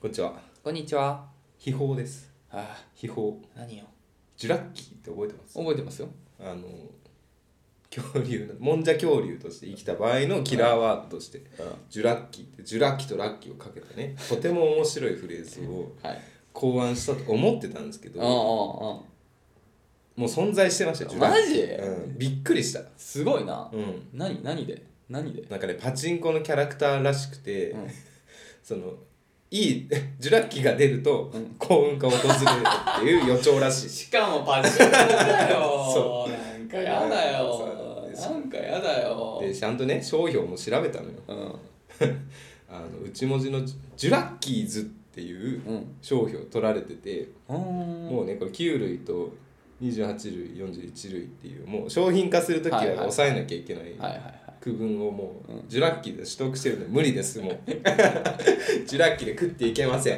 こんにちは。 こんにちは。 秘宝です。 あ秘宝。 何よ。 ジュラッキーって覚えてます？ 覚えてますよ。 恐竜のもんじゃ恐竜として生きた場合のキラーワードとして、ジュラッキーってジュラッキとラッキーをかけたね、とても面白いフレーズを考案したと思ってたんですけど、もう存在してましたよ。 マジ？ びっくりした。 すごいな。 うん。 何でなんかね、パチンコのキャラクターらしくて、そのいいジュラッキーが出ると幸運が訪れるっていう予兆らしい。 しかもパチンコだよ。 そうなんかやだよ。なんかやだよ。 でちゃんとね商標も調べたのよ。内文字のジュラッキーズっていう商標取られてて、もうねこれ9類と28類41類っていうもう商品化するときは抑えなきゃいけない区分をもうジュラッキーで取得してるので無理です。もうジュラッキーで食っていけません。 う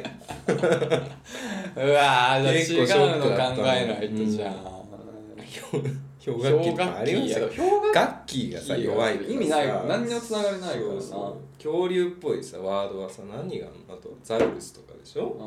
わー、じゃあ違うの考えないとじゃん。 氷河期とかありますよ。ガッキーがさ弱いからさ意味ないよ。何にもつながりないからな。 恐竜っぽいさワードはさ何があとザウルスとかでしょ。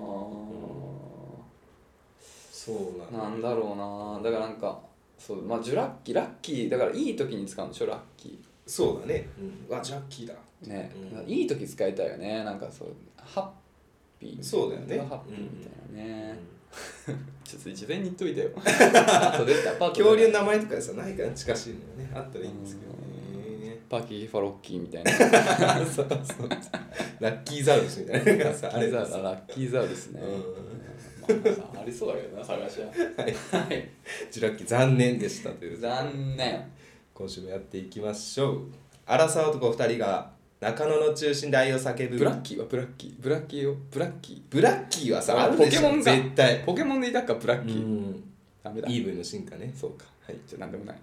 そうなんだろうな。だからなんかそうまあジュラッキーラッキーだからいい時に使うんでしょラッキー。 そうだね。わジャッキーだ。 ね、いい時使いたいよね。なんかそうハッピー。 そうだよね。 ハッピーみたいなね。ちょっと事前に言っといてよ。 恐竜の名前とかでさないから近しいのよね。あったらいいんですけどね。 パキーファロッキーみたいな。 そうラッキーザウルスみたいなさあれラッキーザウルスね。ありそうだけどな探しは。はい。 ジュラッキー残念でしたという。 残念。 今週もやっていきましょう。アラサー男2人が中野の中心で愛を叫ぶ。 ブラッキーはブラッキー。ブラッキーよ。ブラッキー。 ブラッキーはさ、あるでしょ。 ポケモンが絶対。 ポケモンでいたかブラッキー。ダメだ。 イーブンの進化ね。 そうか。はい。じゃあなんでもない。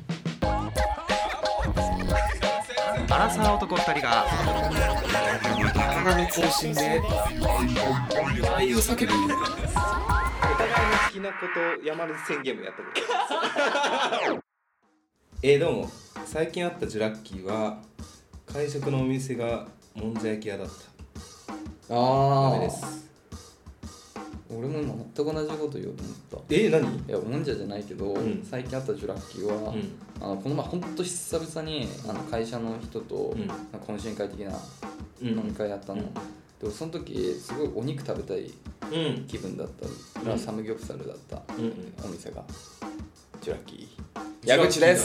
アラサー男2人が中野の中心で愛を叫ぶ。お互いの好きなこと山根宣言もやったことどうも最近あったジュラッキーは会食のお店がもんじゃ焼き屋だった。ダメです。 俺も今全く同じこと言おうと思った。 何？ いやもんじゃじゃないけど、最近あったジュラッキーは、この前ほんと久々に会社の人と、懇親会的な飲み会やったの、でもその時すごいお肉食べたい気分だったから、サムギョプサルだった、お店がジュラッキー矢口です。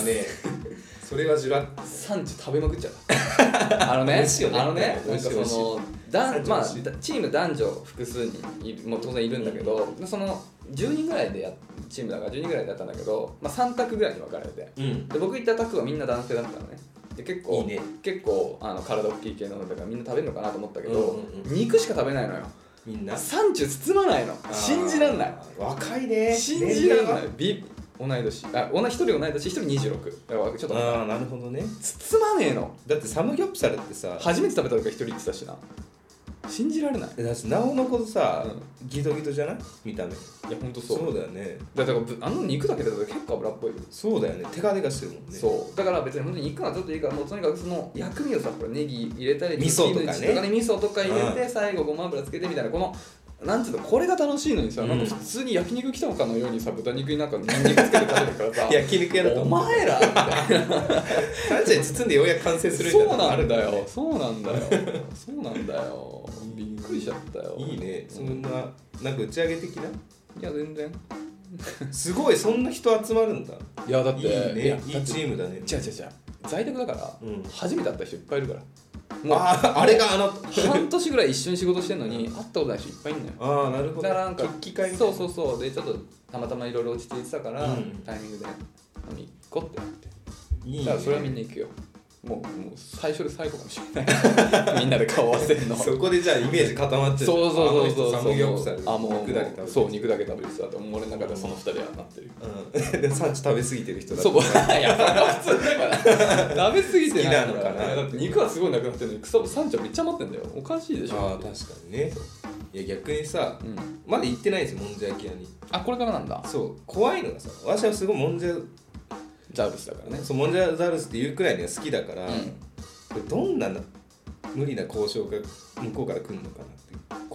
それはジュラッキー産地食べまくっちゃったなんかそのまあチーム男女複数人も当然いるんだけど、その10人ぐらいでチームだから10人ぐらいでやったんだけど、まあ、3択ぐらいに分かれて、で僕行った択はみんな男性だったのね。で結構体大きい系のだからみんな食べるのかなと思ったけど、肉しか食べないのよ。みんなサンチュ包まないの。信じらんない。 若いね。 信じらんない。同い年1人同い年1人26。だからちょっとなるほどね。 包まねえの。 だってサムギョプサルってさ初めて食べた時は1人言ってたしな。信じられない。 だってなおのことさ、ギトギトじゃない見た目。いやほんとそう。 そうだよね。 だから肉だけだと結構脂っぽいよ。 そうだよね。手が出がしてるもんね。 そうだから別に本当に肉がちょっといいからもうとにかくその薬味をさ、これネギ入れたり味噌とかね味噌とか入れて最後ごま油つけてみたいな、このなんていうのこれが楽しいのにさ、なんか普通に焼肉来たのかのようにさ、豚肉になんかニンニクつけて食べるからさ焼肉屋だとお前らみたいなサンチュに包んでようやく完成するそうなんだよそうなんだよびっくりしちゃったよ。 いいね。そんななんか打ち上げ的な。いや全然すごいそんな人集まるんだ。 いやだっていいね。いいチームだね。 違う在宅だから、初めて会った人いっぱいいるから。 あれが半年ぐらい一緒に仕事してるのに会ったことない人いっぱいいるのよ。 なるほど。 だからなんか機会みたいな。そうでちょっとたまたまいろいろ落ち着いてたから、タイミングで飲み行こうってなって。いいね。だからそれはみんな行くよ。もう最初で最後かもしれないみんなで顔合わせるのそこでじゃあイメージ固まっちゃう。 そうサムギョプサル肉だけ食べる。そう肉だけ食べる人だと俺の中ではその2人はなってる。 でサンチ食べ過ぎてる人だと。いや普通だから食べ過ぎてない好きなのかな。 だって肉はすごいなくなってるのにサンチはめっちゃ余ってんだよ。おかしいでしょ。 確かにね。いや逆にさ、まだ行ってないんですよもんじゃ焼き屋に。 これからなんだ。 そう怖いのがさ、私はすごいもんじゃザウルスだからね。 そうモンジャザウルスっていうくらいには好きだから、どんな無理な交渉が向こうから来るのかなって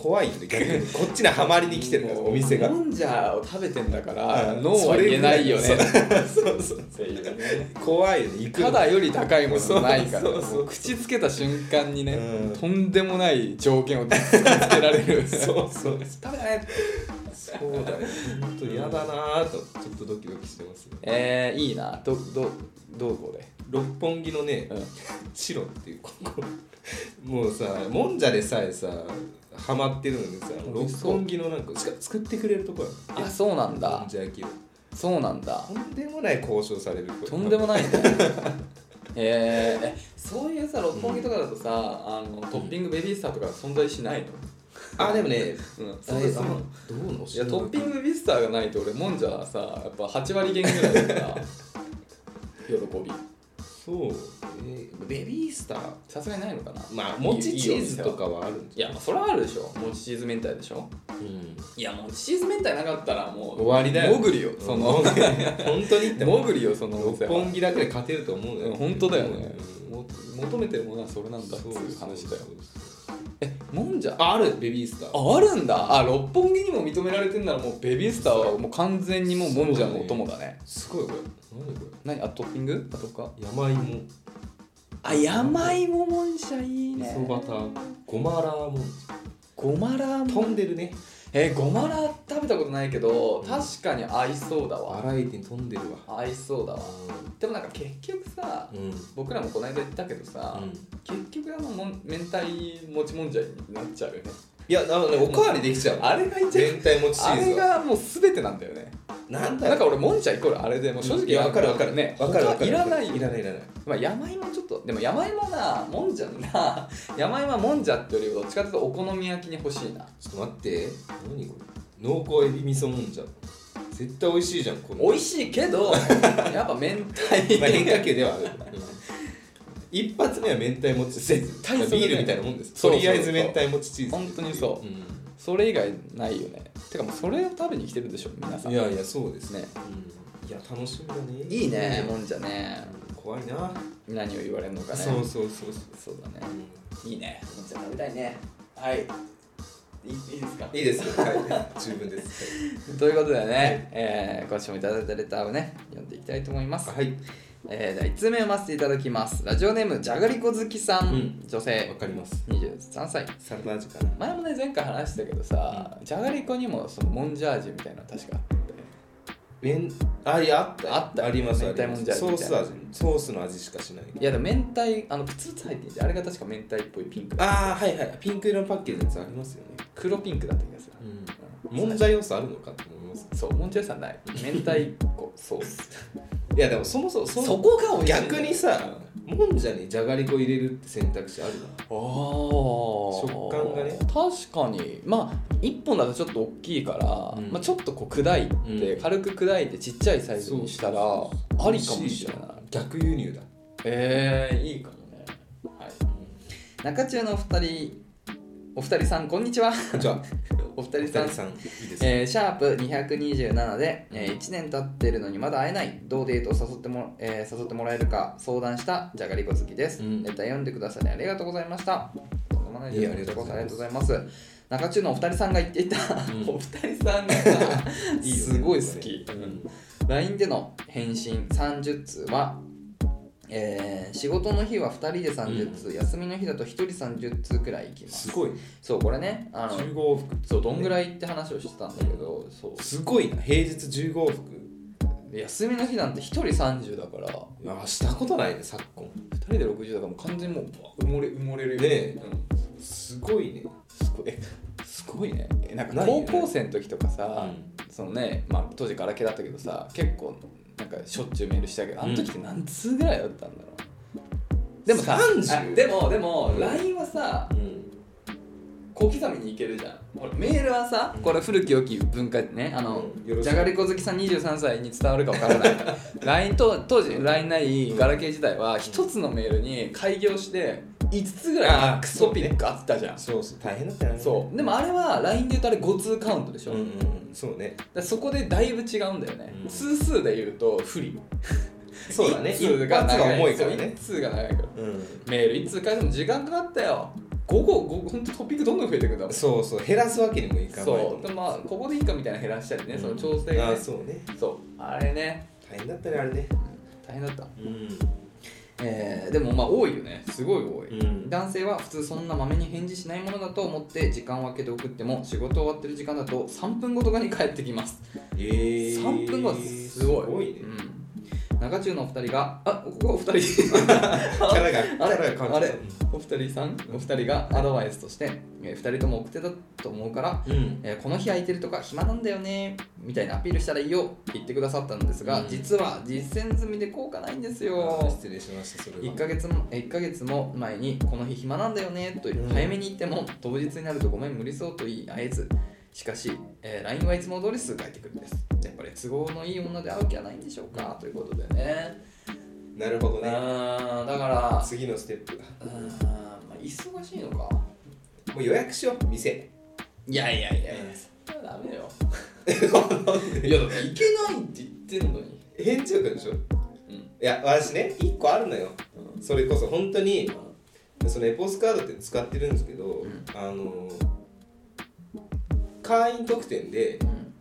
怖いよね逆にこっちにハマりに来てるからお店がもんじゃを食べてんだからノーは言えないよね。 そう怖いよね。 ただより高いものないからもう口つけた瞬間にね、とんでもない条件をつけられる。 そう食べたね。 そうだね。本当嫌だなとちょっとドキドキしてますね。いいな。どこで六本木のね、白っていうここもうさもんじゃでさえさハマってるのにさ六本木のなんか作ってくれるところ。 あ、そうなんだ。 もんじゃ焼きを。 そうなんだ。 とんでもない交渉される。 とんでもないね。そういうさ六本木とかだとさ、トッピングベビースターとか存在しないの？ あ、でもね、 そうです。どうの？いやトッピングベビースターがないと俺もんじゃさやっぱ8割減ぐらいだから喜び。 そう、ベビースターさすがにないのかな。 まあもちチーズとかはあるんじゃん。いやそれはあるでしょ。もちチーズ明太でしょ。いやもちチーズ明太なかったらもう終わりだよ。 潜りよその本当にって潜りよその六本木だけで勝てると思うよ。 本当だよね。求めてるものはそれなんだっていう話だよ。もんじゃあるベビースターあるんだ。あ、六本木にも認められてんならもうベビースターはもう完全にもうもんじゃのお供だね。 すごいこれ何これ。 何あトッピングあとか山芋。 あ、山芋もんじゃいいね。 味噌バターごまラーもんじゃ。 ごまラーもん飛んでるね。 ごまラー食べたことないけど確かに合いそうだわ。 バラエティに飛んでるわ。 合いそうだわ。でもなんか結局さ、僕らもこの間言ったけどさ、結局明太もちもんじゃになっちゃうよね。 いやおかわりできちゃう。 あれが一番明太もちチーズはあれがもう全てなんだよね。なんか俺もんじゃイコールあれでもう正直分かるね。 分かるいらない。 まあ山芋ちょっとでも山芋なもんじゃな山芋はもんじゃってよりどっちかというとお好み焼きに欲しいな。 ちょっと待って何これ濃厚エビ味噌もんじゃ絶対美味しいじゃん。 美味しいけどやっぱ明太まあ変化球ではある。一発目は明太もちチーズ絶対ビールみたいなもんです。とりあえず明太もちチーズ本当にそう、それ以外ないよね。てかもうそれを食べに来てるでしょ皆さん。 いやいやそうですね。いや楽しみだね。 いいねもんじゃね。 怖いな何を言われるのかね。 そうだね。 いいねもんじゃ食べたいね。はいいいですか。 いいですはい十分です。 ということでね、今週もいただいたレターをね読んでいきたいと思います。 はい。 1通目読ませていただきます。ラジオネームじゃがりこ好きさん、女性。わかります。 23歳。 サルバージュかな。 前もね前回話したけどさ、じゃがりこにもそのもんじゃ味みたいなの確かあって。 いやあったあります。明太もんじゃ味みたいな。 ソースの味しかしない。 いやでも明太プツプツ入っていてあれが確か明太っぽいピンク。 はいピンク色のパッケージのやつありますよね。 黒ピンクだった気がする。 もんじゃ要素あるのかって思います。 そうもんじゃ要素はない。明太子ソース。 いやでもそもそもそこが美味しい。 逆にさもんじゃにじゃがりこ入れるって選択肢あるな。食感がね。確かにまあ1本だとちょっと大きいから、まあ、ちょっとこう砕いて、軽く砕いてちっちゃいサイズにしたらありかもしれない。 逆輸入だ。 いいかもね。はい。中中のお二人さんこんにちは。 こんにちは。 お二人さん、シャープ227で、1年経ってるのにまだ会えない。どうデートを誘ってもらえるか相談したじゃがりこ好きです。ネタ読んでくださりありがとうございました。ありがとうございます。中中のお二人さんが言っていた、お二人さんがすごい好き。LINE での返信30通は、仕事の日は2人で30通、休みの日だと1人30通くらい行きます。 すごい。 そうこれね 15往復。 そうどんぐらいって話をしてたんだけど、そうすごいな。平日15往復。 休みの日なんて1人30だから。 したことないね昨今。 2人で60だからもう完全にもう埋もれるよね。すごいね。 すごいね。なんか高校生の時とかさ、そのねまあ当時ガラケーだったけどさ結構なんかしょっちゅうメールしたけど、あの時って何通ぐらいだったんだろう。でもさでも LINE はさ、小刻みにいけるじゃん。メールはさ、これ古き良き文化ね、じゃがりこ好きさん23歳に伝わるか分からないLINE 当時 LINE ないガラケー時代は1つのメールに開業して5つぐらいクソピックあったじゃん。 そう大変だったよね。 そうでもあれは LINE で言うとあれ5通カウントでしょ。 そうね。 そこでだいぶ違うんだよね。通数で言うと不利。 そうだね。 1通が重いからね。 1通が長いから。メール1通書いても時間かかったよ。 午後本当トピックどんどん増えていくんだもん。 そうそう、減らすわけにもいかない。 そうで、まあここでいいかみたいな減らしたりね、その調整が、ね、 そうね、 そうあれね大変だったねあれね、 大変だった。でもまあ多いよね、すごい多い、男性は普通そんなまめに返事しないものだと思って時間を空けて送っても仕事終わってる時間だと3分後とかに帰ってきます。3分後すごい、 すごいね。 中中のお二人がここお二人キャラがあれお二人がアドバイスとして、二人とも奥手だと思うから、この日空いてるとか暇なんだよねみたいなアピールしたらいいよって言ってくださったんですが、実は実践済みで効果ないんですよ。 失礼しました。それは 1ヶ月も前にこの日暇なんだよねと早めに言っても、当日になるとごめん無理そうと言い会えず、しかし、LINE はいつも通りすぐ返ってくるんです。やっぱり都合のいい女で会う気はないんでしょうか、ということでね。 なるほどね。 だから次のステップがまあ、忙しいのか。 もう予約しよう、店。 いやそれはダメよ。いやだって行けないって言ってんのに返事力でしょ。いや私ね1個あるのよ、それこそ本当にそのエポスカードって使ってるんですけど、会員特典で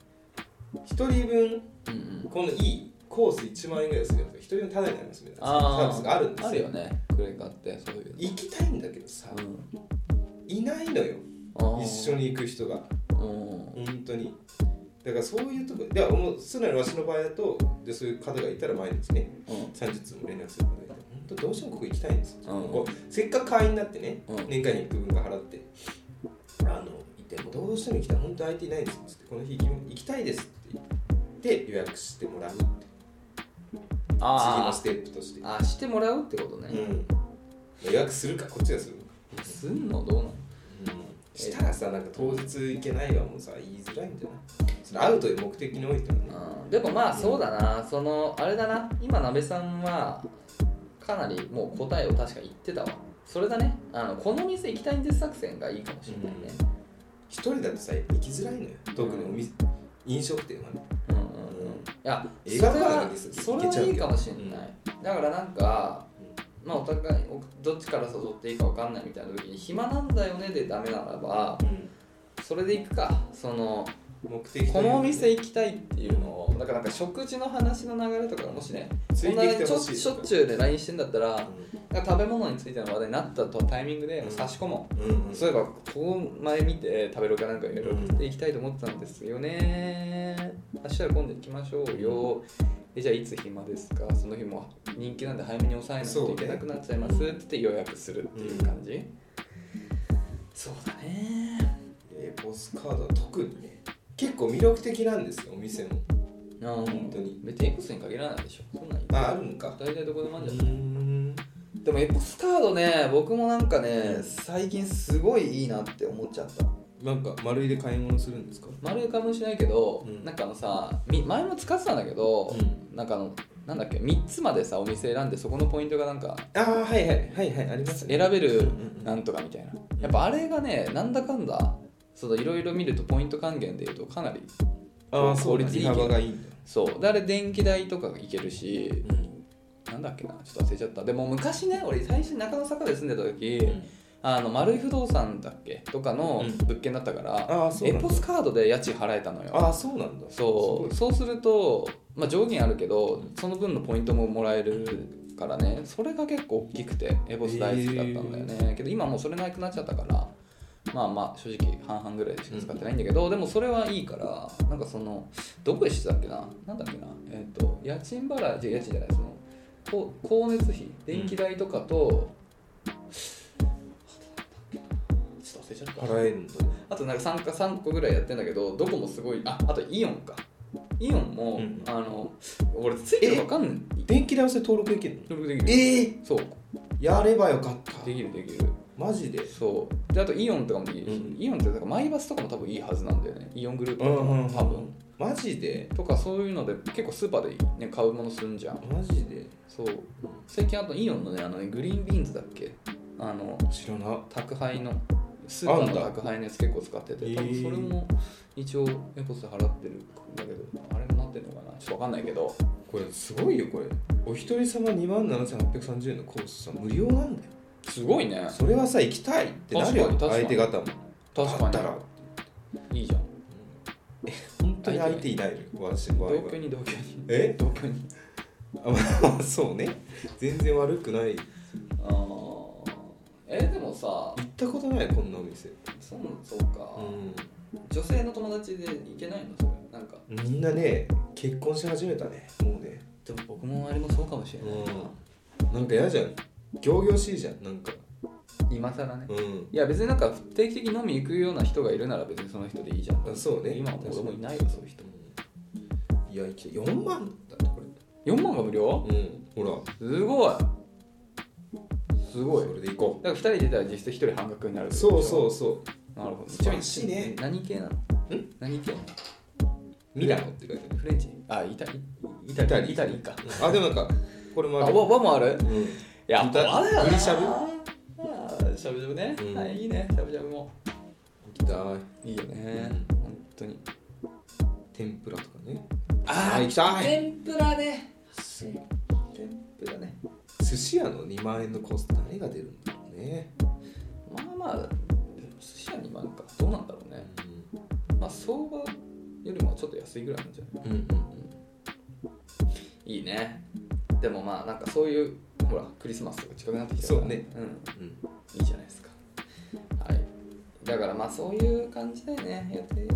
1人分、このいいコース1万円ぐらいするんですよ。1人分タダになりますみたいなサービスがあるんですよ。 あるよね、クレカってそういう。 行きたいんだけどさ、いないのよ、一緒に行く人が。本当にだからそういうとこではもう素直にわしの場合だとで、そういう方がいたら毎日ね、30通も連絡する方がいて、本当どうしてもここ行きたいんですよ。こうせっかく会員になってね、年間に行く分が払って行ってもどうしても行きたい、本当空いていないんですって、この日行きたいですって言って予約してもらうって、次のステップとしてしてもらうってことね。 予約するかこっちがするのか。 すんのどうなの。 したらさ、なんか当日行けないわもさ言いづらいんじゃない。それ会うという目的においてはね。 でもまあそうだな、そのあれだな、今なべさんはかなりもう答えを確か言ってたわ。それだね、この店行きたいんです作戦がいいかもしれないね。 一人だとさ行きづらいのよ、特に飲食店はね。 いや映画とかだけそれはいいかもしれない。だからなんかまあお互いどっちから誘っていいか分かんないみたいな時に暇なんだよねでダメならば、それで行くか。その目的このお店行きたいっていうのをなんか食事の話の流れとかもしね、 ついてきてほしいしょっちゅうで LINE してんだったら、食べ物についての話題になったタイミングで差し込もう。そういえばここ前見て食べロケなんかいろいろ食っていきたいと思ってたんですよね。明日は今度行きましょうよ。じゃあいつ暇ですか。その日も人気なんで早めに抑えないといけなくなっちゃいますって言って予約するっていう感じ。そうだね。 ポスカードは特にね結構魅力的なんですよ、お店も。本当に別にエポスに限らないでしょ。そんなんあるんか。 大体どこでもあるんじゃない。でもエポスカードね、僕もなんかね最近すごいいいなって思っちゃった。 なんか丸いで買い物するんですか。 丸い買い物しないけど、なんかさ前も使ってたんだけど、なんかなんだっけ3つまでさお店選んでそこのポイントがなんかはいありますね、 選べるなんとかみたいな。やっぱあれがねなんだかんだいろいろ見るとポイント還元でいうとかなり効率いい。 幅がいいんだ。 そうであれ電気代とかいけるし、なんだっけなちょっと忘れちゃった。でも昔ね俺最初中野坂で住んでた時、丸い不動産だっけとかの物件だったから、エポスカードで家賃払えたのよ。 そうなんだ。 そうすると、上限あるけどその分のポイントももらえるからね、それが結構大きくてエポス大好きだったんだよね。けど今もうそれなくなっちゃったから正直半々ぐらいでしか使ってないんだけど、でもそれはいいから、なんかどこでしてたっけな、なんだっけな、家賃払い家賃じゃない、光熱費電気代とかと、ちょっと忘れちゃった。 払えるんだ。 あとなんか3個ぐらいやってんだけど、どこもすごい。あとイオンか。イオンも、俺ついてるか分かんない。 電気代はそれ登録できるの？ 登録できる。そう。 やればよかった。 できる。 マジで。 そうで、あとイオンとかもできるし、イオンってなんかマイバスとかも多分いいはずなんだよね。イオングループとかも多分。 マジでとかそういうので結構スーパーで、ね、買うものするんじゃん。 マジで。 そう最近あとイオンのねグリーンビーンズだっけ、 知らな。 宅配のスーパーの宅配のやつ結構使ってて、多分それも一応エポスで払ってるんだけど、あれもなってるのかなちょっと分かんないけど、 これすごいよ。これお一人様27,830円のコースさ無料なんだよ。 すごいね。 それはさ行きたいってなるよ、相手方も。 確かにだったらいいじゃん。 本当に相手いないの私の場合は。 同居に同居にまあそうね、全然悪くない。 でもさ、 行ったことないこんなお店。 そうか、女性の友達で行けないのそれ。なんかみんなね結婚し始めたねもうね。 でも僕もあれもそうかもしれない、 なんか嫌じゃん、仰々しいじゃんなんか今更ね、いや別になんか定期的に飲み行くような人がいるなら別にその人でいいじゃん。 そうね、 今は俺もいないよそういう人。 いや4万だってこれ。4万が無料？ ほらすごいすごい。 それで行こう。だから2人で出たら実質1人半額になる。 そうなるほど。 素晴らしいね。 何系なの？何系なの？ ミラノって書いてある。 フレンチ？イタリーか。 でもなんかこれもある。 和もある？いや、 ブリしゃぶ？ しゃぶしゃぶね。いいね、しゃぶしゃぶも。 行きたい。 いいよね。本当に。 天ぷらとかね。 行きたい。天ぷらね。 寿司屋の2万円のコスト何が出るんだろうね。 まあ寿司屋2万か。どうなんだろうね。まあ相場よりもちょっと安いぐらいなんじゃない？いいね。でもまあなんかそういうほらクリスマスとか近くなってきたから。そうね。いいじゃないですか。はい。だからまあそういう感じだよね。やって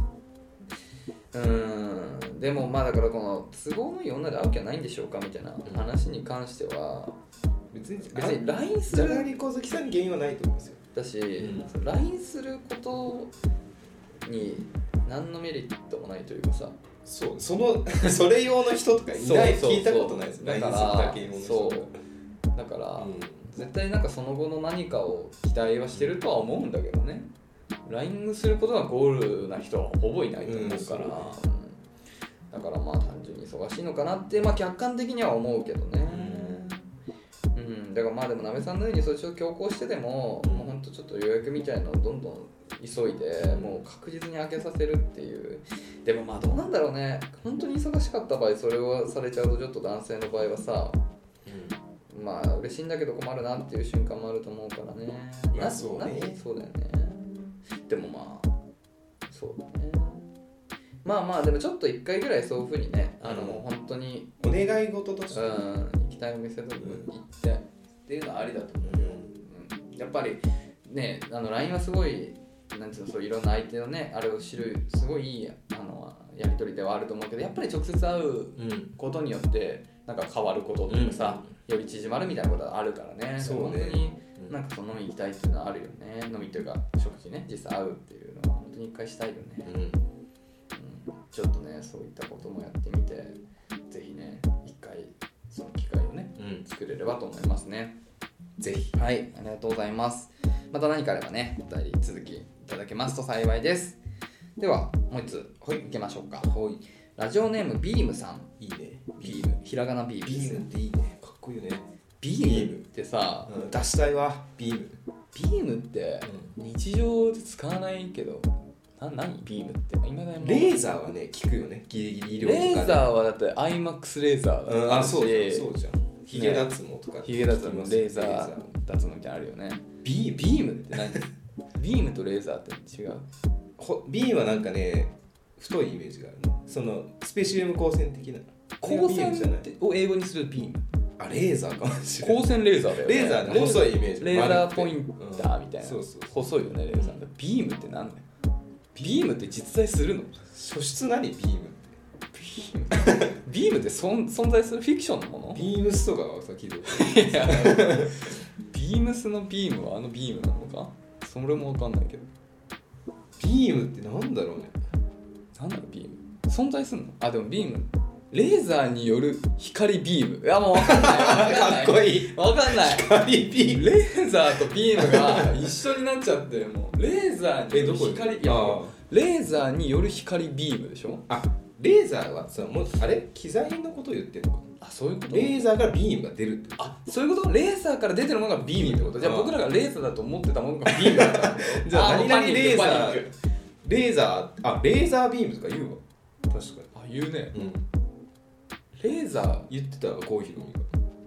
でもまあだからこの都合のいい女で会う気はないんでしょうかみたいな話に関しては別に LINE するじゃがりこ好きさんに原因はないと思うんですよ。 だし、LINE することに何のメリットもないというかさ、 それ用の人とかいない聞いたことないです。 だからだから、絶対なんかその後の何かを期待はしてるとは思うんだけどね。LINE することがゴールな人はほぼいないと思うから、だからまあ単純に忙しいのかなってまあ客観的には思うけどね。だからまあでもなべさんのようにそれちょっと強行してでも、もうほんとちょっと予約みたいなのをどんどん急いでもう確実に開けさせるっていう。でもまあどうなんだろうね、本当に忙しかった場合それをされちゃうとちょっと男性の場合はさ、まあ嬉しいんだけど困るなっていう瞬間もあると思うからね。そうだよね。でもまあそうだね。まあでもちょっと1回ぐらいそういう風にね、もう本当にお願い事として行きたいお店とか行ってっていうのはありだと思うよ。やっぱりね、LINE はすごいなんていうの、そういろんな相手のねあれを知るすごいいいやり取りではあると思うけど、やっぱり直接会うことによってなんか変わることっていうかさ、より縮まるみたいなことがあるからね。本当になんか飲みに行きたいっていうのはあるよね。飲みというか食事ね、実際会うっていうのは本当に一回したいよね。ちょっとねそういったこともやってみて、ぜひね一回その機会をね、作れればと思いますね。ぜひ。はい、ありがとうございます。また何かあればねお便り続きいただけますと幸いです。ではもう一ついきましょうか。ラジオネームビームさん。いいね。ビーム、ひらがなビーム。 ビームっていいね、かっこいいよね。 ビームってさ、 出したいわ。ビームって日常で使わないけど、何ビームって今だよ。 レーザーはね聞くよね、ギリギリ医療とか、 レーザーはだって IMAX レーザーだし、 そうじゃん。ヒゲ脱毛とか、 ヒゲ脱毛、レーザー脱毛みたいなのあるよね。ビームって何？ビームとレーザーって違う？ ビームはなんかね太いイメージがあるね。そのスペシウム光線的な光線を英語にするビーム。 レーザーかもしれない。 光線レーザーだよね。 レーザーの細いイメージ。 レーザーポインターみたいな。細いよねレーザー。ビームって何だよ。ビームって実在するの？ 素質何？ビームってビームって存在するフィクションのもの？ ビームスとかはさ聞いたことない。 ビームスのビームはビームなのか？それも分かんないけど。 ビームってなんだろうね。 なんだろうビーム存在するの？でもビームレーザーによる光ビーム。いやもう分かんない。 かっこいい。 分かんない。 光ビーム。 レーザーとビームが一緒になっちゃってもうレーザーによる光レーザーによる光ビームでしょ？ レーザーはさ、もう機材のことを言ってるのか。 そういうこと？ レーザーからビームが出るってこと。 そういうこと？レーザーから出てるものがビームってこと？じゃあ僕らがレーザーだと思ってたものがビームだったじゃあ何々レーザーレーザービームとか言うわ。確かに。 言うね。レーザー言ってたわ、郷ひろみが。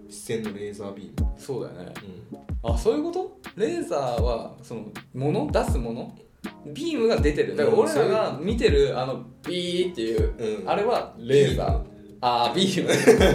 視線のレーザービーム。 そうだよね、あ、そういうこと？レーザーはその出すもの、ビームが出てる。だから俺らが見てるビーっていう、あれはレーザー。あー、ビーム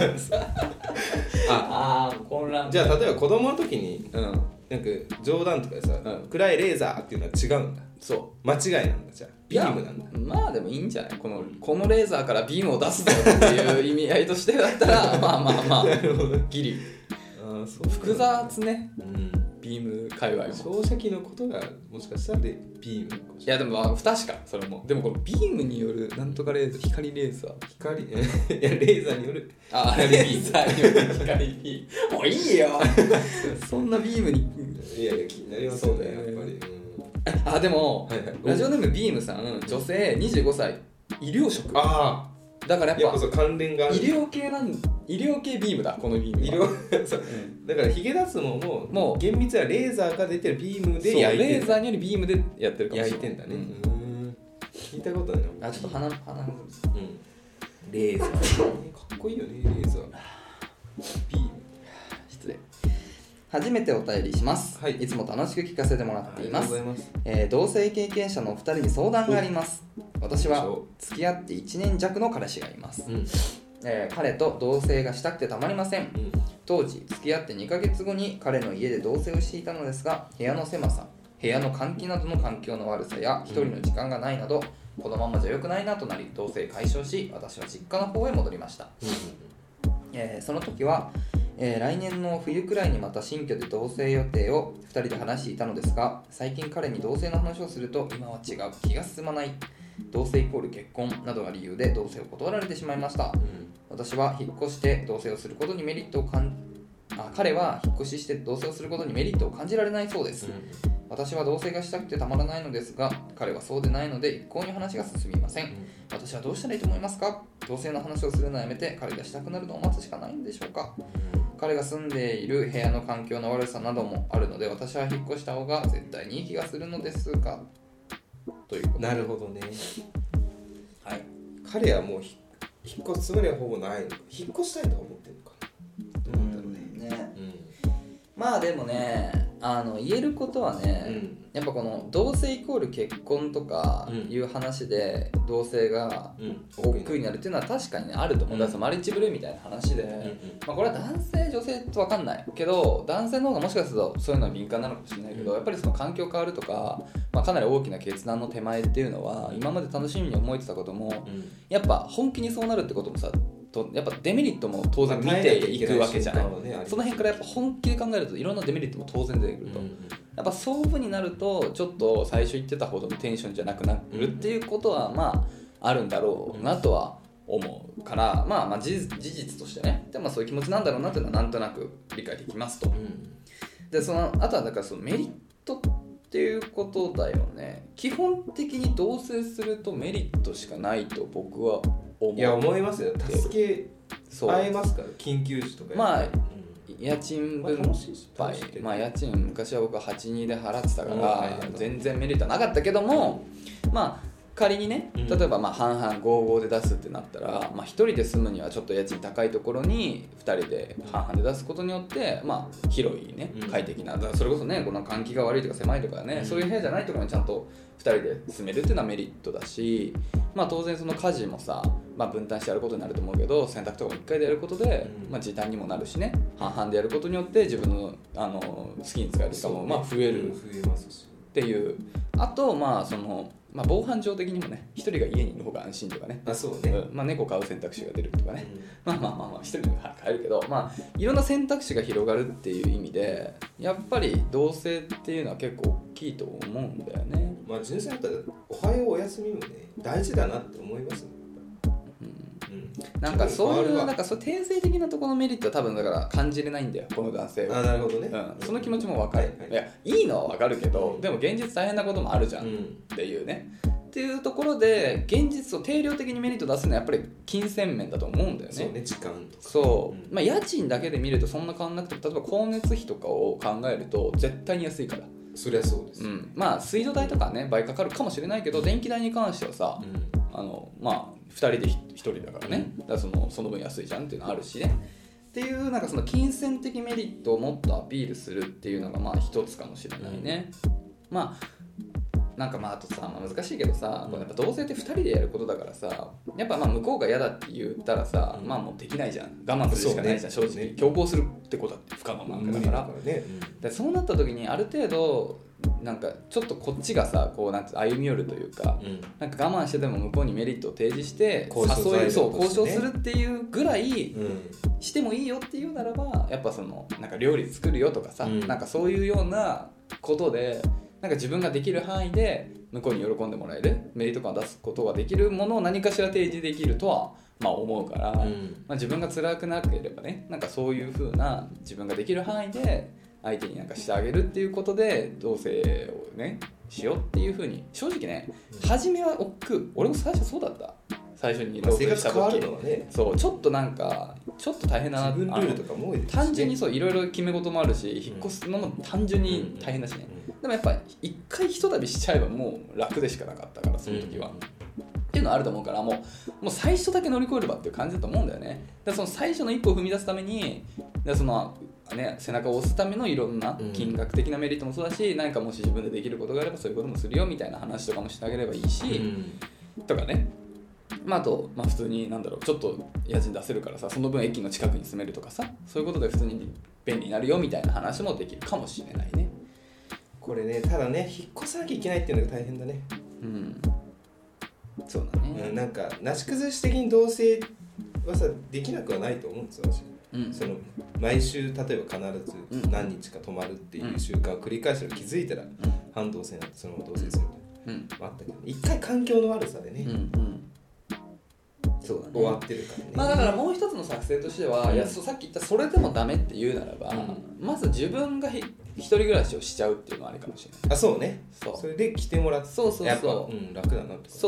混乱。 じゃあ例えば子供の時に、なんか冗談とかでさ、暗いレーザーっていうのは違うんだ。 そう間違いなんだ。じゃあビームなんだ。 まあでもいいんじゃない？このレーザーからビームを出すぞっていう意味合いとしてだったらまあギリ。そう複雑ね、ビーム界隈も。 照射機のことがもしかしたらビームかもしれない。 いやでも不確かそれも。でもこのビームによるなんとかレーザー、光レーザー、 いやレーザーによる光レーザーによる光ビームもういいよそんなビームにいや気になりますよね、やっぱり。 でも、ラジオネームビームさん、女性25歳、医療職。だからやっぱ関連がある。 医療系ビームだ、このビームは。 だからヒゲ脱毛も厳密にはレーザーが出てるビームで焼いてる。 レーザーによりビームでやってるかもしれない。 焼いてんだね。聞いたことない。 ちょっと鼻レーザーかっこいいよね、レーザービーム。 失礼。初めてお便りします、いつも楽しく聞かせてもらっています。同性経験者のお二人に相談があります。私は付き合って1年弱の彼氏がいます、彼と同棲がしたくてたまりません、当時付き合って2ヶ月後に彼の家で同棲をしていたのですが、部屋の狭さ、部屋の換気などの環境の悪さや一人の時間がないなど、このままじゃ良くないなとなり同棲解消し、私は実家の方へ戻りました、その時は来年の冬くらいにまた新居で同棲予定を2人で話していたのですが、最近彼に同棲の話をすると今は違う、気が進まない、同棲イコール結婚などが理由で同棲を断られてしまいました、私は引っ越して同棲をすることにメリットを彼は引っ越しして同棲をすることにメリットを感じられないそうです、私は同棲がしたくてたまらないのですが、彼はそうでないので一向に話が進みません、私はどうしたらいいと思いますか？同棲の話をするのをやめて彼がしたくなるのを待つしかないんでしょうか？彼が住んでいる部屋の環境の悪さなどもあるので、私は引っ越した方が絶対にいい気がするのですが、ということで。 なるほどね。彼はもう引っ越すつもりはほぼないのか、引っ越したいと思ってるのかな。どうなんだろうね。 まあでもね、言えることはね、やっぱこの同棲イコール結婚とかいう話で同棲が億劫になるっていうのは確かにねあると思う。だからマリッジブルーみたいな話で、これは男性女性と分かんないけど、男性の方がもしかするとそういうのは敏感なのかもしれないけど、やっぱりその環境変わるとか、かなり大きな決断の手前っていうのは今まで楽しみに思えてたことも、やっぱ本気にそうなるってこともさ、やっぱデメリットも当然見ていくわけじゃない。その辺からやっぱ本気で考えるといろんなデメリットも当然出てくると、やっぱそういう風になるとちょっと最初言ってたほどのテンションじゃなくなるっていうことはまああるんだろうなとは思うから、まあ事実としてね、でもそういう気持ちなんだろうなっていうのはなんとなく理解できますと、でそのあとはだからそのメリットっていうことだよね。基本的に同棲するとメリットしかないと僕は思う。 いや思いますよ。助け合えますから緊急時とか。 まあ家賃分配、家賃昔は僕は 8-2 で払ってたから全然メリットはなかったけども、まあ仮にね、例えば半々5-5で出すってなったら、1人で住むにはちょっと家賃高いところに2人で半々で出すことによって、広いね快適な、それこそねこの換気が悪いとか狭いとかね、そういう部屋じゃないところにちゃんと2人で住めるっていうのはメリットだし、当然その家事もさ、分担してやることになると思うけど、洗濯とかも1回でやることで、時短にもなるしね、半々でやることによって自分の好きに使える時間も増えますしっていう。あとその防犯上的にもね、一人が家にいる方が安心とかね、猫飼う選択肢が出るとかね、一人で飼えるけど、いろんな選択肢が広がるっていう意味で、やっぱり同棲っていうのは結構大きいと思うんだよね。 純粋だったらおはようお休みもね大事だなって思いますね。 なんかそういう定性的なところのメリットは多分だから感じれないんだよ、この男性は。 なるほどね。 その気持ちも分かる。いいのは分かるけど、でも現実大変なこともあるじゃんっていうね。っていうところで現実を定量的にメリット出すのはやっぱり金銭面だと思うんだよね。 そうね、時間とか。 そう。家賃だけで見るとそんな変わんなくても、例えば光熱費とかを考えると絶対に安いから。 そりゃそうです。 水道代とかね倍かかるかもしれないけど、電気代に関してはさ、2人で1人だからね、だからその分安いじゃんっていうのあるしね。っっていうなんかその金銭的メリットをもっとアピールするっていうのがまあ一つかもしれないね、まあなんかまああとさ、まあ、難しいけどさ、やっぱ同棲って2人でやることだからさ、やっぱまあ向こうが嫌だって言ったらさ、まあもうできないじゃん、我慢するしかないじゃん、正直強行するってことは不可能なわけだからでそうなった時にある程度なんかちょっとこっちがさこうなんて歩み寄るというか、なんか我慢してでも向こうにメリットを提示して交渉するっていうぐらいしてもいいよっていうならば、やっぱそのなんか料理作るよとかさ、なんかそういうようなことでなんか自分ができる範囲で向こうに喜んでもらえるメリット感を出すことができるものを何かしら提示できるとはまあ思うから、まあ、自分が辛くなければね、なんかそういう風な自分ができる範囲で相手になんかしてあげるっていうことで同棲をねしようっていう風に正直ね、初めは億劫、俺も最初そうだった。最初に同棲した時、まあ、生活変わるのはね、そうちょっとなんかちょっと大変だな、 自分ルールとかも多いですしね、 単純にそういろいろ決め事もあるし、引っ越すのも単純に大変だしね、でもやっぱ一回ひとたびしちゃえばもう楽でしかなかったからその時は、っていうのはあると思うから、もう最初だけ乗り越えればっていう感じだと思うんだよね。だからその最初の一歩を踏み出すためにその、ね、背中を押すためのいろんな金額的なメリットもそうだし、何かもし自分でできることがあればそういうこともするよみたいな話とかもしてあげればいいし、とかね、まあ、あと、まあ、普通になんだろう、ちょっと家賃出せるからさ、その分駅の近くに住めるとかさ、そういうことで普通に便利になるよみたいな話もできるかもしれないね。 これね、ただね、引っ越さなきゃいけないっていうのが大変だね。 そうだね、 なんかなし崩し的に同棲はさできなくはないと思うんですよ、私。その毎週例えば必ず何日か泊まるっていう習慣を繰り返したら、気づいたら半同棲になってそのまま同棲するみたいな、あったけど、一回環境の悪さでね、 そうだね、 終わってるからね。 まあ、だからもう一つの作戦としては、いやさっき言ったそれでもダメって言うならば、まず自分が一人暮らしをしちゃうっていうのはありかもしれない。 あ、そうね。それで来てもらって、やっぱ、楽だなって。 そう、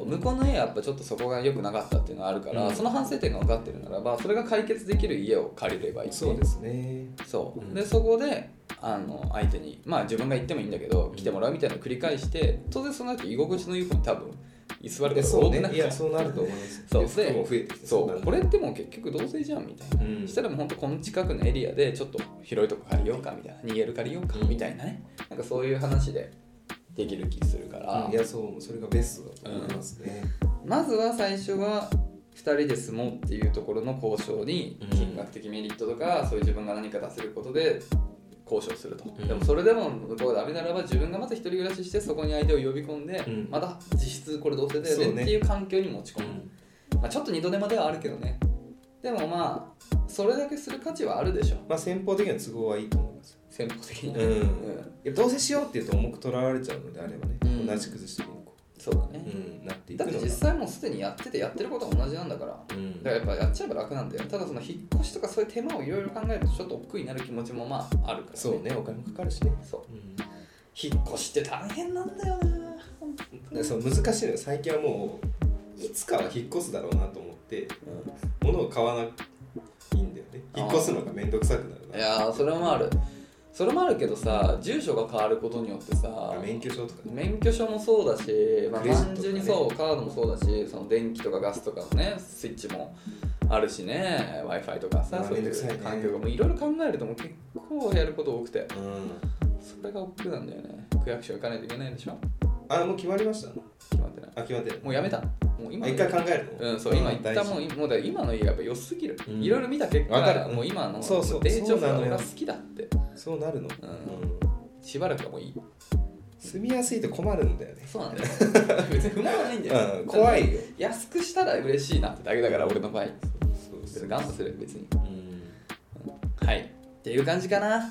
向こうの家はやっぱちょっとそこが良くなかったっていうのがあるから、その反省点が分かってるならば、それが解決できる家を借りればいい、ね。 そうですね。 そう、でそこで相手に、まあ自分が言ってもいいんだけど来てもらうみたいなのを繰り返して、当然その後居心地のいい方に多分居座ることが多くなる。 いや、そうなると思います。 そうでも増えてきて、 そうこれってもう結局同棲じゃんみたいな、したらもうほんとこの近くのエリアでちょっと広いとこ借りようかみたいな、2L 借りようかみたいなね、なんかそういう話でできる気するから、 いや、それがベストだと思いますね。 まずは最初は2人で住もうっていうところの交渉に金額的メリットとか、そういう自分が何か出せることで交渉すると、でもそれでも向こうダメならば自分がまず一人暮らししてそこに相手を呼び込んで、また実質これ同棲だよねっていう環境に持ち込む、まあ、ちょっと二度手間ではあるけどね、でもまあそれだけする価値はあるでしょ。 まあ先方的な都合はいいと思います。 先方的に、 同棲しようって言うと重く捉られちゃうのであればね、同じ崩してそうだね、 なっていくのが、 だって実際もうすでにやってることは同じなんだから、だからやっぱやっちゃえば楽なんだよ。ただその引っ越しとかそういう手間をいろいろ考えるとちょっと億劫になる気持ちもまああるから、ね、 そうね、お金もかかるしね。 そう、引っ越しって大変なんだよな。 そう難しいのよ。最近はもういつかは引っ越すだろうなと思って、物を買わないんだよね。引っ越すのがめんどくさくなるな。 いやそれもあるけどさ、住所が変わることによってさ、 免許証とか、 免許証もそうだし、まあ、単純にそうカードもそうだし、その電気とかガスとかのねスイッチもあるしね、 Wi-Fi とかさ、そういう環境がもういろいろ考えるともう結構やること多くて、それが億劫なんだよね。区役所行かないといけないでしょ。 もう決まりました？ 決まってない。 決まってない。 もうやめた。もう今一回考えるの？ そう、今一旦もうだ今の家がやっぱ良すぎる。いろいろ見た結果、もう今のデータが俺が好きだって。 そうなるの。 しばらくはもういい。 住みやすいと困るんだよね。 そうなんだよ。別に不満はないんだよ。 怖いよ。 安くしたら嬉しいなってだけだから、俺の場合。別に我慢する別に。はい。っていう感じかな。はい。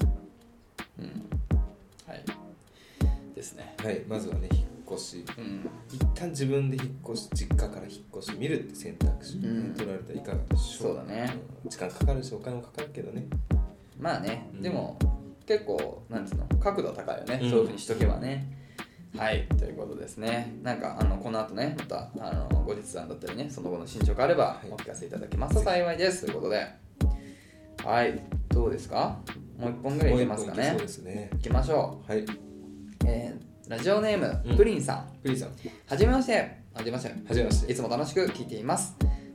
ですね。 はい。まずはね、引っ越し。一旦自分で引っ越し、実家から引っ越し見るって選択肢を取られたらいかがでしょう。 そうだね。 時間かかるし、お金もかかるけどね。 まあね、でも結構なんつうの角度は高いよね、そういう風にしとけばね。はい、ということですね。なんかこの後ね、また後日談だったりね、その後の進捗があればお聞かせいただけますと幸いです。ということで、はい、どうですか？もう一本ぐらいいけますかね。 そうですね。 いきましょう。 はい。 ラジオネームプリンさん。 プリンさん。 はじめまして。はじめまして。 はじめまして。 いつも楽しく聞いています。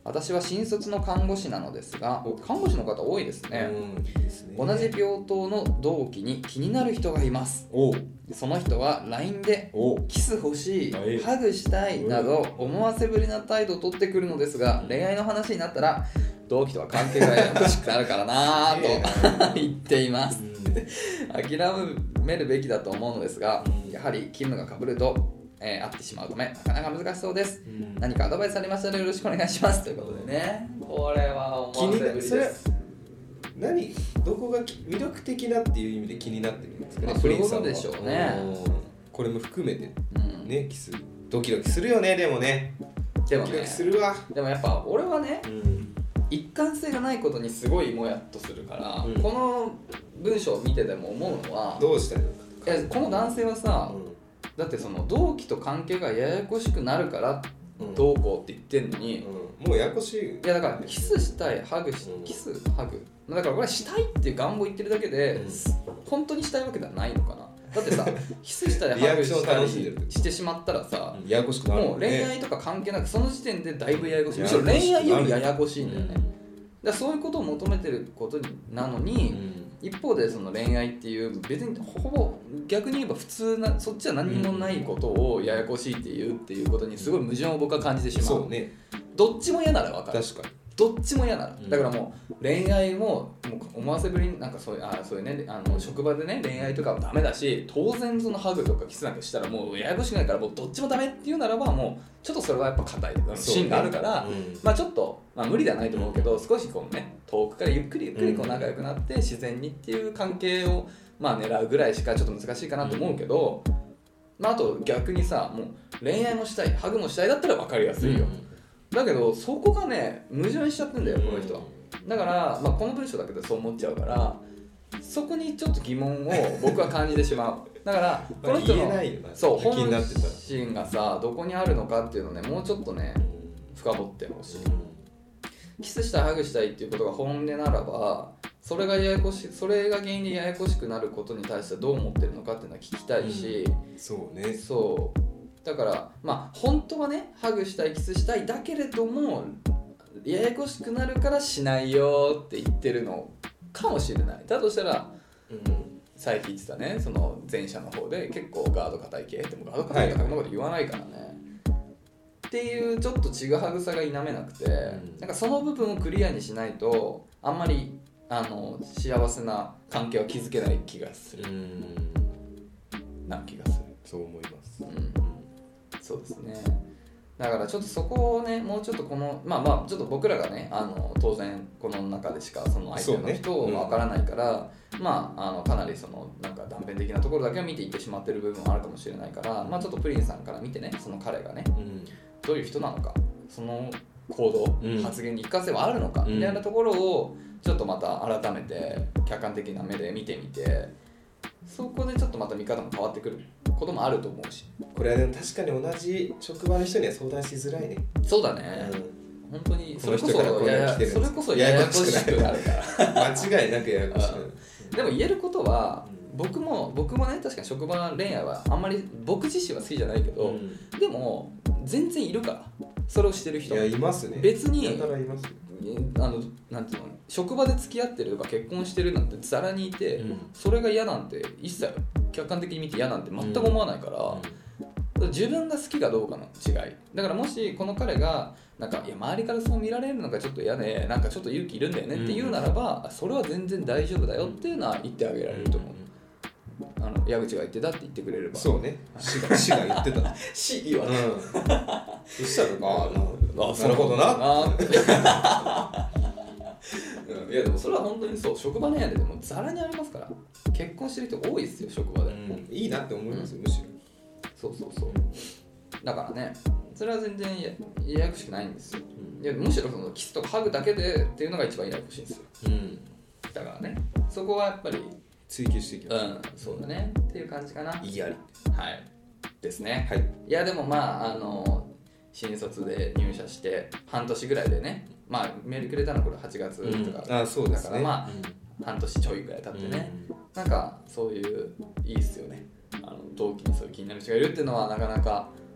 私は新卒の看護師なのですが、看護師の方多いですね。 いいですね。 同じ病棟の同期に気になる人がいます。その人は LINE でキス欲しい、ハグしたいなど思わせぶりな態度を取ってくるのですが、恋愛の話になったら同期とは関係がややこしくなるからなぁと言っています。諦めるべきだと思うのですが、やはり勤務が被ると会ってしまうためなかなか難しそうです、何かアドバイスありましたらよろしくお願いしますということでね。これは思わせぶりです。 どこが魅力的なっていう意味で気になってるんですかね。 そういうことでしょうね。 これも含めてね、キスドキドキするよね。でもねドキドキするわ。 でもやっぱ俺はね、一貫性がないことにすごいもやっとするから、この文章を見てても思うのは、 どうしたのか。 この男性はさ、だってその同期と関係がややこしくなるからどうこうって言ってんのに、 もうややこしい。 いやだからキスしたい、ハグし、キスハグだからこれはしたいっていう願望言ってるだけで、本当にしたいわけではないのかな。だってさキスしたりハグしたりしてしまったらさ、 ややこしくなる、 もう恋愛とか関係なくその時点でだいぶややこしい。むしろ恋愛よりややこしいんだよね。だからそういうことを求めてることなのに、一方でその恋愛っていう別にほぼ逆に言えば普通な、そっちは何もないことをややこしいって言うっていうことにすごい矛盾を僕は感じてしまう。 そうね。 どっちも嫌なら分かる。 確かに。 どっちも嫌なら、だからもう恋愛も思わせぶりになんかそういうね、職場でね恋愛とかはダメだし、当然そのハグとかキスなんかしたらもうややこしくないから、もうどっちもダメっていうならば、もうちょっとそれはやっぱ硬い芯があるから、まあちょっと、無理ではないと思うけど、少しこうね遠くからゆっくりこう仲良くなって自然にっていう関係を狙うぐらいしかちょっと難しいかなと思うけど、あと逆にさ、もう恋愛もしたいハグもしたいだったら分かりやすいよ、だけどそこがね矛盾しちゃってんだよこの人は。だから、この文章だけでそう思っちゃうから、そこにちょっと疑問を僕は感じてしまう。だからこの人のそう本心がさどこにあるのかっていうのをね、もうちょっとね深掘ってほしい。キスしたいハグしたいっていうことが本音ならば、それがややこしい、それが原因でややこしくなることに対してどう思ってるのかっていうのは聞きたいし、 そうね。 そうだから本当はねハグしたいキスしたいだけれどもややこしくなるからしないよって言ってるのかもしれない。だとしたら、最近言ってたね、その前者の方で結構ガード硬い系でもガード硬いとかこんなこと言わないからね、っていうちょっとちぐはぐさが否めなくて、なんかその部分をクリアにしないとあんまり幸せな関係は築けない気がする、な気がする。 そう思います。 そうですね。だからちょっとそこをね、もうちょっとこのちょっと僕らがね当然この中でしかその相手の人を分からないから、かなりそのなんか断片的なところだけを見ていってしまってる部分もあるかもしれないから、ちょっとプリンさんから見てね、その彼がね、どういう人なのか、その行動、発言に一貫性はあるのかみたいなところをちょっとまた改めて客観的な目で見てみて、そこでちょっとまた見方も変わってくることもあると思うし、 これはでも確かに同じ職場の人には相談しづらいね。 そうだね、本当にそれこそやややこしくなるから間違いなくややこしくなる。 でも言えることは、僕もね確かに職場恋愛はあんまり僕自身は好きじゃないけど、でも全然いるから、それをしてる人。 いやいますね。 別にやたらいます。 なんていうの、職場で付き合ってるとか結婚してるなんてざらにいて、それが嫌なんて一切客観的に見て嫌なんて全く思わないから、自分が好きかどうかの違いだから、もしこの彼がなんかいや周りからそう見られるのがちょっと嫌で、なんかちょっと勇気いるんだよねって言うならば、それは全然大丈夫だよっていうのは言ってあげられると思う。矢口が言ってたって言ってくれれば。そうね、 死が言ってた。 死言わない。 そしたらなるほどな。 いやでもそれは本当にそう、職場恋愛でもザラにありますから。結婚してる人多いですよ職場で。 いいなって思いますよ、むしろ。 そうだからね、それは全然ややこしくないんですよ。いやむしろそのキスとかハグだけでっていうのが一番ややこしいんですよ。だからね、そこはやっぱり追求していきます。 そうだねっていう感じかな。 いいやり。 はいですね。 はい。 いやでも新卒で入社して半年ぐらいでね、メールくれたのこれ8月とか、 そうですね。 だから半年ちょいぐらい経ってね、なんかそういういいっすよね。同期にそういう気になる人がいるっていうのはなかなか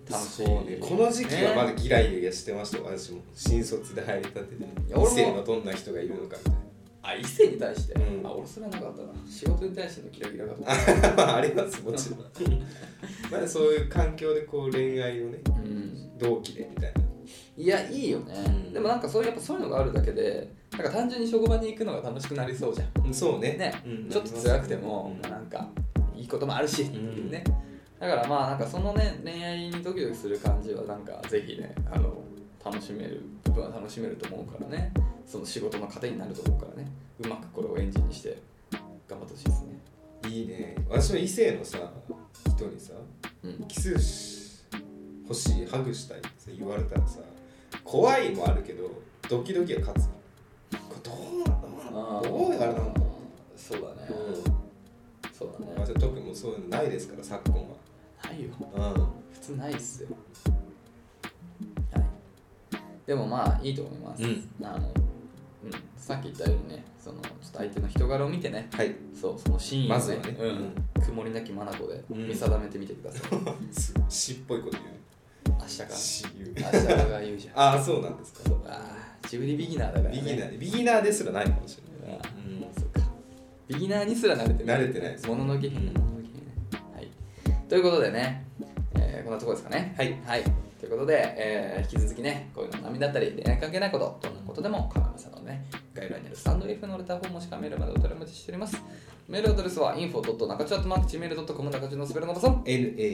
楽しい。 そうね、この時期はまだギラギラしてました、私も新卒で入りたてで異性のどんな人がいるのかみたいな。 あ、異性に対して、俺それはなかったな。仕事に対してのキラキラがまあありますもちろんまだそういう環境でこう恋愛をね、同期でみたいな。 いや、いいよね、でもなんかそういうのがあるだけでなんか単純に職場に行くのが楽しくなりそうじゃん。 そうね。 ちょっと辛くても、なんかいいこともあるしっていうね、だからまあなんかそのね恋愛にドキドキする感じはなんかぜひね楽しめる部分は楽しめると思うからね、その仕事の糧になると思うからね、うまくこれをエンジンにして頑張ってほしいですね。 いいね。私も異性のさ人にさ、キス欲しい、ハグしたいって言われたらさ、怖いもあるけどドキドキは勝つ。これどうやるの？ そうだね、そうだね。 まあ、特にもうそういうのないですから昨今は。 ないよ、普通ないっすよ。はい、でもまあいいと思います。さっき言ったようにね、ちょっと相手の人柄を見てね、そのシーンをね、 まずはね、 曇りなき眼で見定めてみてください。 詩っぽいこと言う。 明日が言うじゃん。 ああ、そうなんですか。 ジブリビギナーだからね。ビギナーですらないかもしれない。 そうか。ビギナーにすら慣れてないです。 もののけ姫ね。はい。ということでね、こんなところですかね。はい。ということで、引き続きね、こういうの波だったり恋愛関係ないこと、どんなことでも構いませんのでね、概要欄にあるスタンド F のレターフォームもしくはメールまでお便りお待ちしております。メールアドレスは info.nakachu@gmail.com 中中のすべるのばさん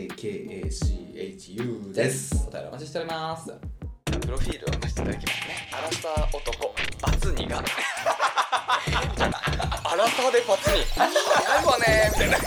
NAKACHU です。 お便りお待ちしております。プロフィールを出していただきますね。アラサー男バツ2がアラサーでバツ2ないわねみたいな。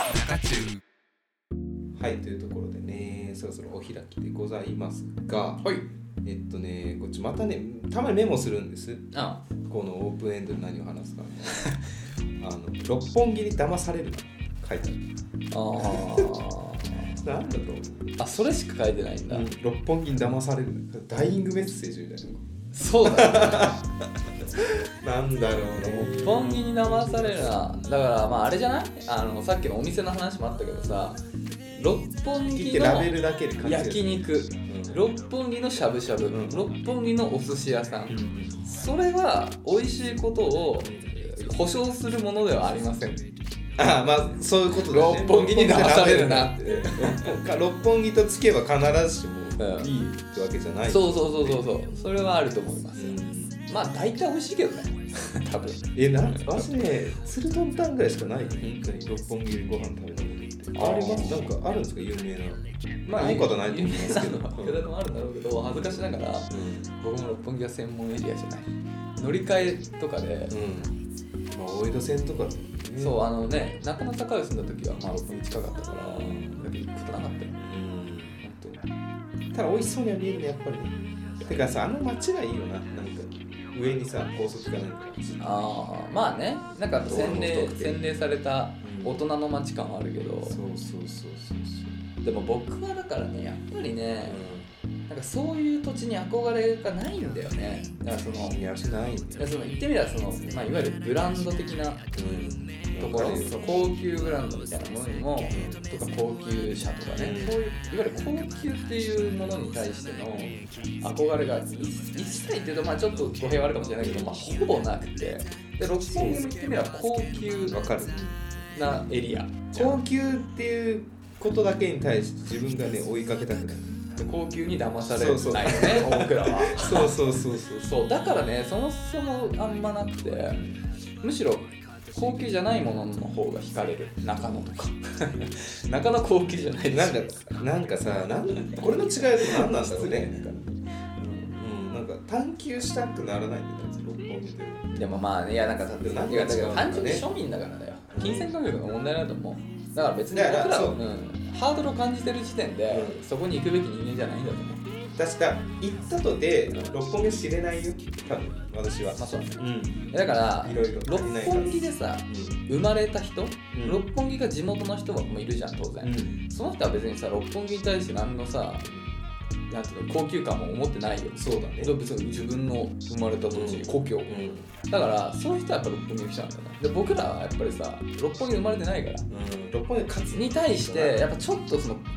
はい、というところでね、そろそろお開きでございますが、こっちまたね、たまにメモするんです。このオープンエンドで何を話すか六本木に騙されるな書いてある。なんだと思う。 それしか書いてないんだ。 六本木に騙されるな、ダイイングメッセージみたいな。 そうだねなんだろうね、 六本木に騙されるな。だからまああれじゃない、さっきのお店の話もあったけどさ、六本木のラベルだけで焼肉、六本木のしゃぶしゃぶ、六本木のお寿司屋さん、それは美味しいことを保証するものではありません。 まあそういうことだね。六本木に騙されるなって六本木とつけば必ずしもいいってわけじゃない。 そうそれはあると思います。まあ大体美味しいけどね多分。 私ね、ツルトンタンぐらいしかないよね。六本木でご飯食べたことあります。なんかあるんですか、有名な。まあないことはないと思いますけど、 いくらでもあるんだろうけど、恥ずかしながら、僕も六本木は専門エリアじゃない。乗り換えとかで、 まあ大江戸線とかで、 そう中野坂上住んだ時はまあ六本木近かったから、だけど行くことなかったよ。 ただ美味しそうには見えるね、やっぱり。てかさ、街がいいよな。なんか上にさ、高速かなんか。 まあね、なんか洗練された大人の街感はあるけど、 そうでも僕はだからね、やっぱりね、なんかそういう土地に憧れがないんだよね。だからないんだよ。 言ってみればまあ、いわゆるブランド的なところ、高級ブランドみたいなものにも、とか高級車とかね、そういういわゆる高級っていうものに対しての憧れが一切っていうと、まあちょっと語弊はあるかもしれないけど、まあほぼなくて、で六本木も言ってみれば高級なエリア。 高級っていうことだけに対して自分がね追いかけたくない。 高級に騙されないよね、僕らは。そうだからね、そもそもあんまなくて、むしろ高級じゃないものの方が惹かれる。中野とか中野高級じゃないですなんかさ、これの違いって何なんだろうね。なんか探求したくならないんだよ、六本木で。 でもまあね、いやなんか単純に庶民だからだよ。金銭感覚の問題だと思う。だから別に僕らはハードルを感じてる時点で、そこに行くべき人間じゃないんだと思う。 確か行ったとで六本木知れないよ、多分私は。 まあそうだね。だから六本木でさ、生まれた人、六本木が地元の人もいるじゃん当然。その人は別にさ、六本木に対して何のさ、なんていうの、高級感も思ってないよ。 そうだね。 別に自分の生まれた土地、故郷。だからそういう人はやっぱ六本木の人なんだよね。で僕らはやっぱりさ、六本木生まれてないから、 六本木勝つに対してやっぱちょっとその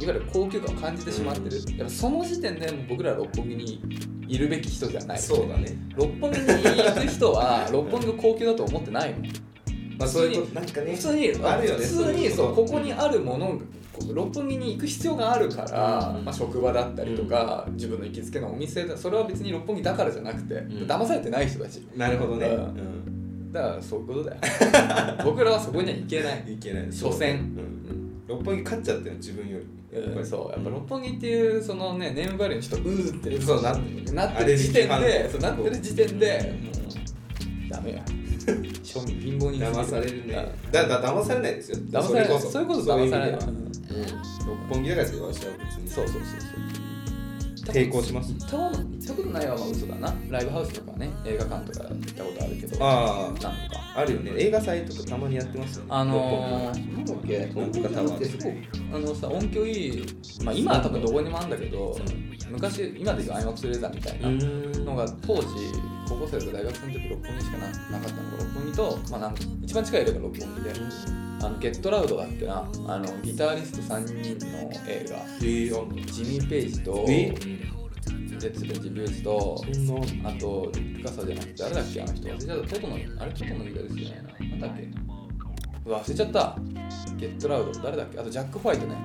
いわゆる高級感を感じてしまってる、やっぱその時点でもう僕ら六本木にいるべき人じゃない。 そうだね。 六本木に行く人は六本木が高級だと思ってないもん。 まあそういうことなんかね普通にあるよね。 普通にそうここにあるもの六本木に行く必要があるから、まあ、職場だったりとか、自分の行きつけのお店だ、それは別に六本木だからじゃなくて、騙されてない人たち。 なるほどね。 だからそういうことだよ。僕らはそこには行けない。 いけない。 所詮。 六本木勝っちゃってる自分より。 そうやっぱ六本木っていうそのねネームバリューにちょっとうーってそうなってる時点で、そうなってる時点でもうダメよ。庶民貧乏に騙されるね。だ騙されないですよ。 騙されない。そういうこと騙されない。 六本木だからですよ、私は別に。 そう抵抗します。 行ったことないはまあ嘘だな。ライブハウスとかね、映画館とか行ったことあるけど。 ああ、 あるよね。映画祭とかたまにやってますよね。 なんだっけ、東京ってすごいさ音響いい。まあ今は多分どこにもあるんだけど、昔今でいうIMAXレーザーみたいなのが当時高校生とか大学生の時六本木しかなかったのが六本木と、まあなんか一番近い映画が六本木で、ゲットラウドだっけな、ギタリスト3人の映画、ジミー・ペイジとレッツ・ベンジ・ビューズと、あとピカサじゃなくて誰だっけ、あの人忘れちゃった。トトのギタリストじゃないな、なんだっけ、忘れちゃった。ゲットラウド誰だっけ、あとジャック・ファイトね、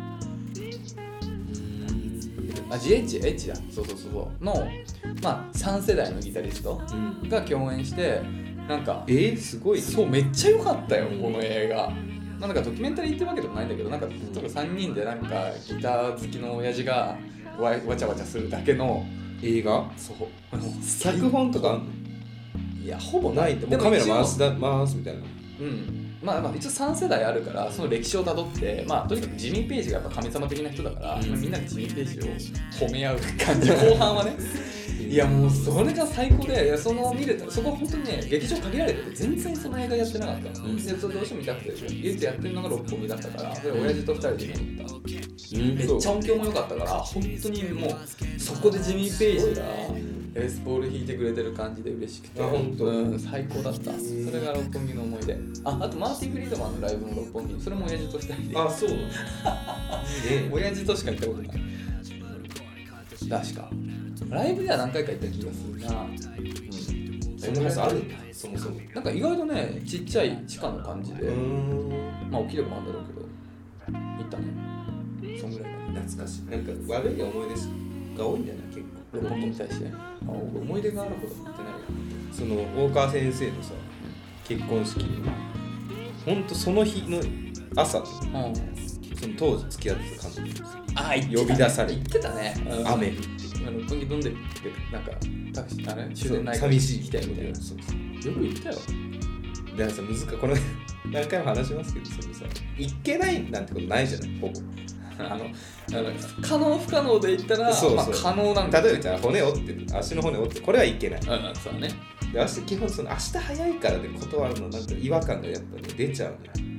エッジだ、そうの、まあ3世代のギタリストが共演して、なんかすごい、 そうめっちゃ良かったよ、この映画。なんかドキュメンタリーってわけでもないんだけど、なんか3人でなんかギター好きの親父がわちゃわちゃするだけの映画。 そう脚本とかあんの？ いやほぼないんだ。もうカメラ回すみたいな。 まあ一応3世代あるからその歴史をたどって、まあとにかくジミー・ペイジがやっぱ神様的な人だから、みんなでジミー・ペイジを褒め合う感じ、後半はね。いやもうそれが最高で、その見れたそこは本当にね、劇場限られてて全然その映画やってなかったの、でそれどうしても見たくて唯一やってるのが六本木だったから、それ親父と2人で見に行った、めっちゃ音響も良かったから、本当にもうそこでジミー・ペイジがレスポール弾いてくれてる感じで嬉しくて、最高だった。それが六本木の思い出。あとマーティン・フリードマンのライブも六本木、それも親父と2人で。 あ、そう親父としか行ったことない。確かライブでは何回か行った気がするな。 そんな話あるんだ。そもそもなんか意外とね、ちっちゃい地下の感じで、まあ大きいとこもあるんだろうけど行ったね。そんぐらい懐かしい。なんか悪い思い出が多いんだよね、結構六本木に対して。思い出があること言ってないよ。 その大川先生のさ、結婚式、ほんとその日の朝、その当時付き合ってた彼女に呼び出され、 言ってたね。 雨降って六本木飲んでなんかタクシー終電ないから寂しい来てみたいな。よく言ったよ。 だからさ、これ何回も話しますけど、そのさ、行けないなんてことないじゃない、ほぼ。 可能不可能で言ったら、まあ可能なんだ。 例えばじゃあ骨折ってる、足の骨折ってる、これはいけない。 そうね。 で、基本その明日早いからで断るのなんか違和感がやっぱり出ちゃうね。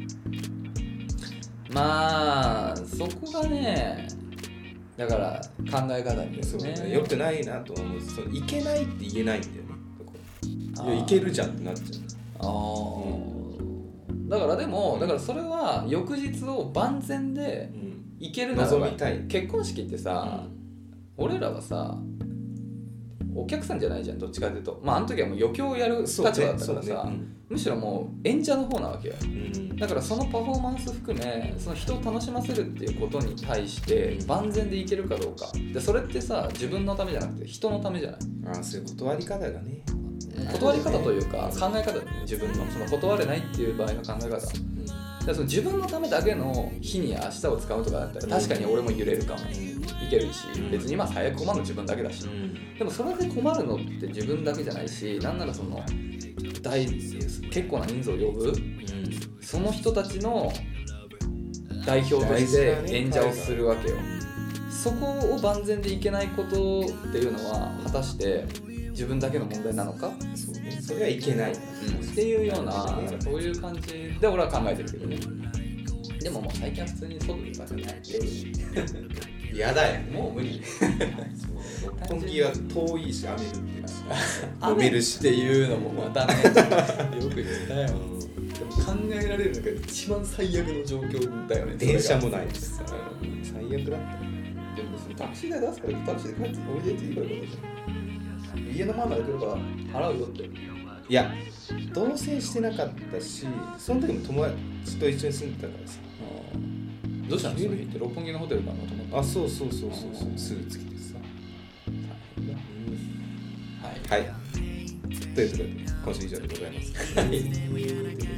まあそこがね、だから考え方にですね。 よくないなと思う。そのいけないって言えないんだよね。いや、いけるじゃんってなっちゃう。だからそれは翌日を万全でいけるならば、 望みたい。 結婚式ってさ、俺らはさお客さんじゃないじゃん、どっちかというと。まああの時はもう余興をやる立場だったからさ、むしろもう演者の方なわけよ。だからそのパフォーマンス含め、その人を楽しませるっていうことに対して万全でいけるかどうかで、それってさ自分のためじゃなくて人のためじゃない。 そういう断り方がね、 断り方というか考え方だね。自分のその断れないっていう場合の考え方、その自分のためだけの日に明日を使うとかだったら確かに俺も揺れるかも、いけるし、別に最悪困るの自分だけだし、でもそれで困るのって自分だけじゃないし、なんならその結構な人数を呼ぶ、その人たちの代表として演者をするわけよ。そこを万全でいけないことっていうのは果たして自分だけの問題なのか、 それはいけない、 っていうような、そういう感じで俺は考えてるけどね。でももう最近は普通に外でさせないやだよ、 もう無理。 六本木は遠いし、雨降ってるし、 雨っていうのもまたねよく言ったよ。 考えられる中で一番最悪の状況だよね。 電車もないですさ、最悪だった。 でもタクシー代出すからタクシーで帰っておいでって言えばいいことじゃん。家の前まで来れば払うよって。 いや、同棲してなかったし、その時も友達と一緒に住んでたからさ。 どうしたの？その日って六本木のホテルかなと思って。 あ、そうそうそうそうそう、スーツ着てさ。はい。はい。ということで今週以上でございます。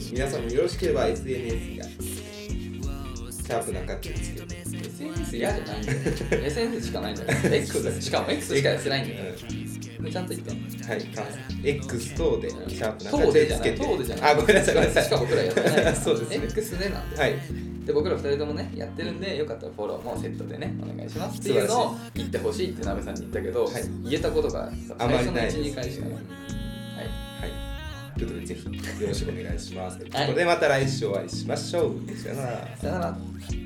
皆さんもよろしければ SNS やシャープ中ってつけて。 SNS 嫌じゃないんだよ。SNS しかないんだよ。X しかも X しかやってないんだよ。ちゃんと言って。 はい。X 等でシャープ中等ってつけて。 等でじゃない。 あ、ごめんなさいごめんなさい。 しかも僕らやってない。 そうですね。 X でなんで。 はい。 で僕ら2人ともねやってるんで、よかったらフォローもセットでねお願いしますっていうのを言ってほしいって鍋さんに言ったけど、言えたことがあまりない。 最初の 1,2 回しかない。はい。 ということでぜひよろしくお願いします。ということでまた来週お会いしましょう。さよなら。 さよなら。